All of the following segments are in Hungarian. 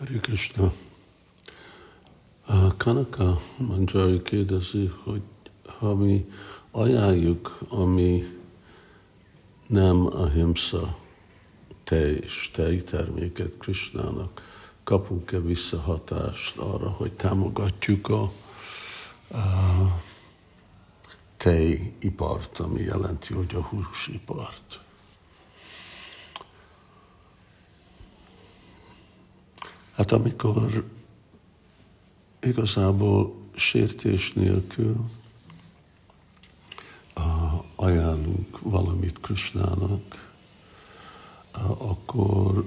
Hare Krishna. Kanaka Manjari kérdezi, hogy ha mi ajánljuk, ami nem ahimsa tejterméket Krishnának, kapunk-e visszahatást arra, hogy támogatjuk a tejipart, ami jelenti, hogy a húsipart. Hát amikor igazából sértés nélkül ajánlunk valamit Krishnának, akkor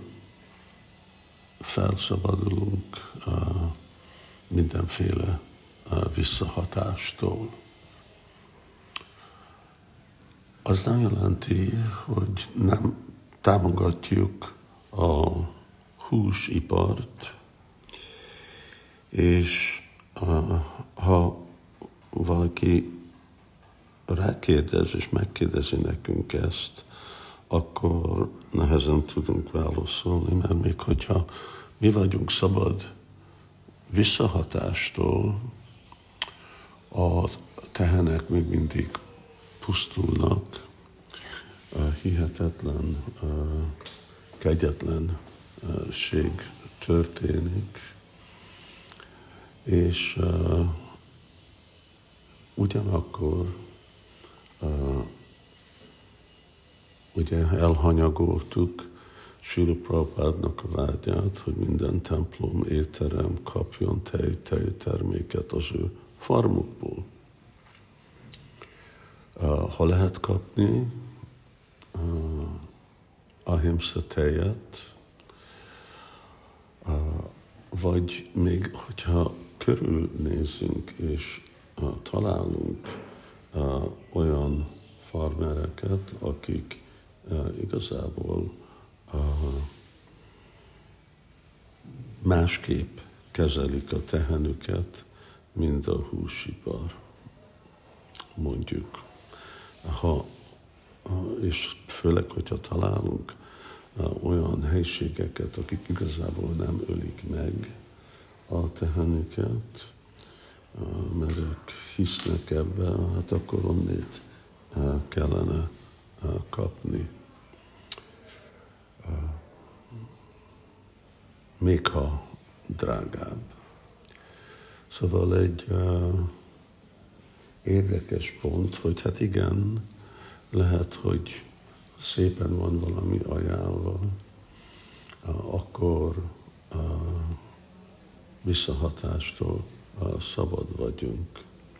felszabadulunk mindenféle visszahatástól. Az nem jelenti, hogy nem támogatjuk a húsipart, és ha valaki rákérdez és megkérdezi nekünk ezt, akkor nehezen tudunk válaszolni, mert még hogyha mi vagyunk szabad visszahatástól, a tehenek még mindig pusztulnak, hihetetlen, kegyetlenség történik, és ugyanakkor ugye elhanyagoltuk Srila Prabhupádnak a vágyát, hogy minden templom, étterem kapjon tejterméket az ő farmukból. Ha lehet kapni ahimsa tejet, vagy még hogyha körülnézünk és találunk olyan farmereket, akik igazából másképp kezelik a tehenüket, mint a húsipar, mondjuk. És főleg, hogyha találunk olyan helyiségeket, akik igazából nem ölik meg a tehenüket, mert ők hisznek ebben, hát akkor onnét kellene kapni. Még ha drágább. Szóval egy érdekes pont, hogy hát igen, lehet, hogy szépen van valami ajánlva, akkor visszahatástól szabad vagyunk.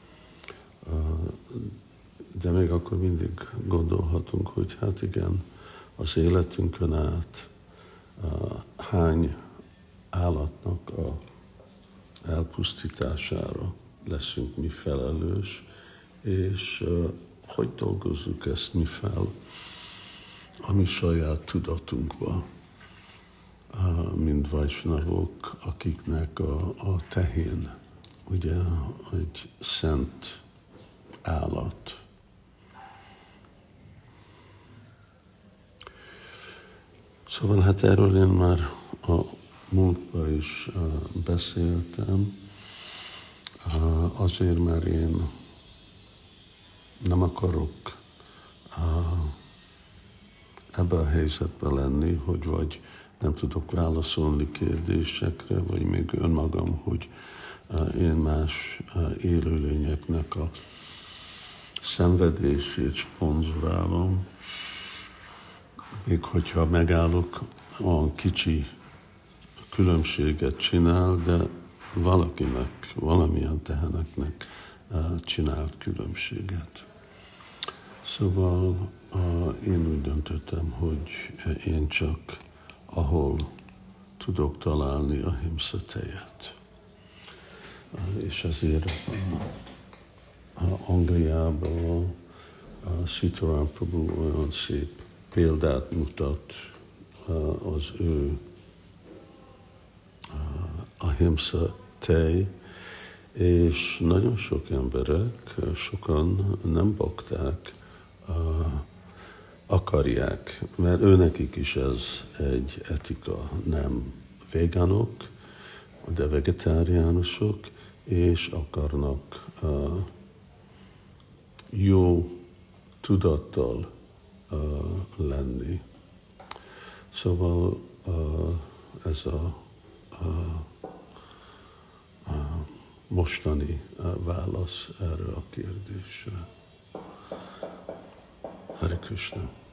De még akkor mindig gondolhatunk, hogy hát igen, az életünkön át hány állatnak a elpusztítására leszünk mi felelős, és hogy dolgozzuk ezt mi fel a mi saját tudatunkba, mint vajsnavok, akiknek a tehén ugye egy szent állat. Szóval hát erről én már a múltban is beszéltem, azért, mert én nem akarok ebbe a helyzetbe lenni, hogy vagy nem tudok válaszolni kérdésekre, vagy még önmagam, hogy én más élőlényeknek a szenvedését szponzorálom, még hogyha megállok, olyan kicsi különbséget csinál, de valakinek, valamilyen teheneknek csinált különbséget. Szóval én úgy döntöttem, hogy én csak ahol tudok találni ahimsa tejet. És ezért Angliában Sitaram Prabhu olyan szép példát mutat az ő ahimsa tej, és nagyon sok emberek, sokan nem bakták, akarják, mert őnekik is ez egy etika, nem végánok, de vegetáriánusok, és akarnak jó tudattal lenni. Szóval ez a mostani válasz erre a kérdésre. Hare Krishna.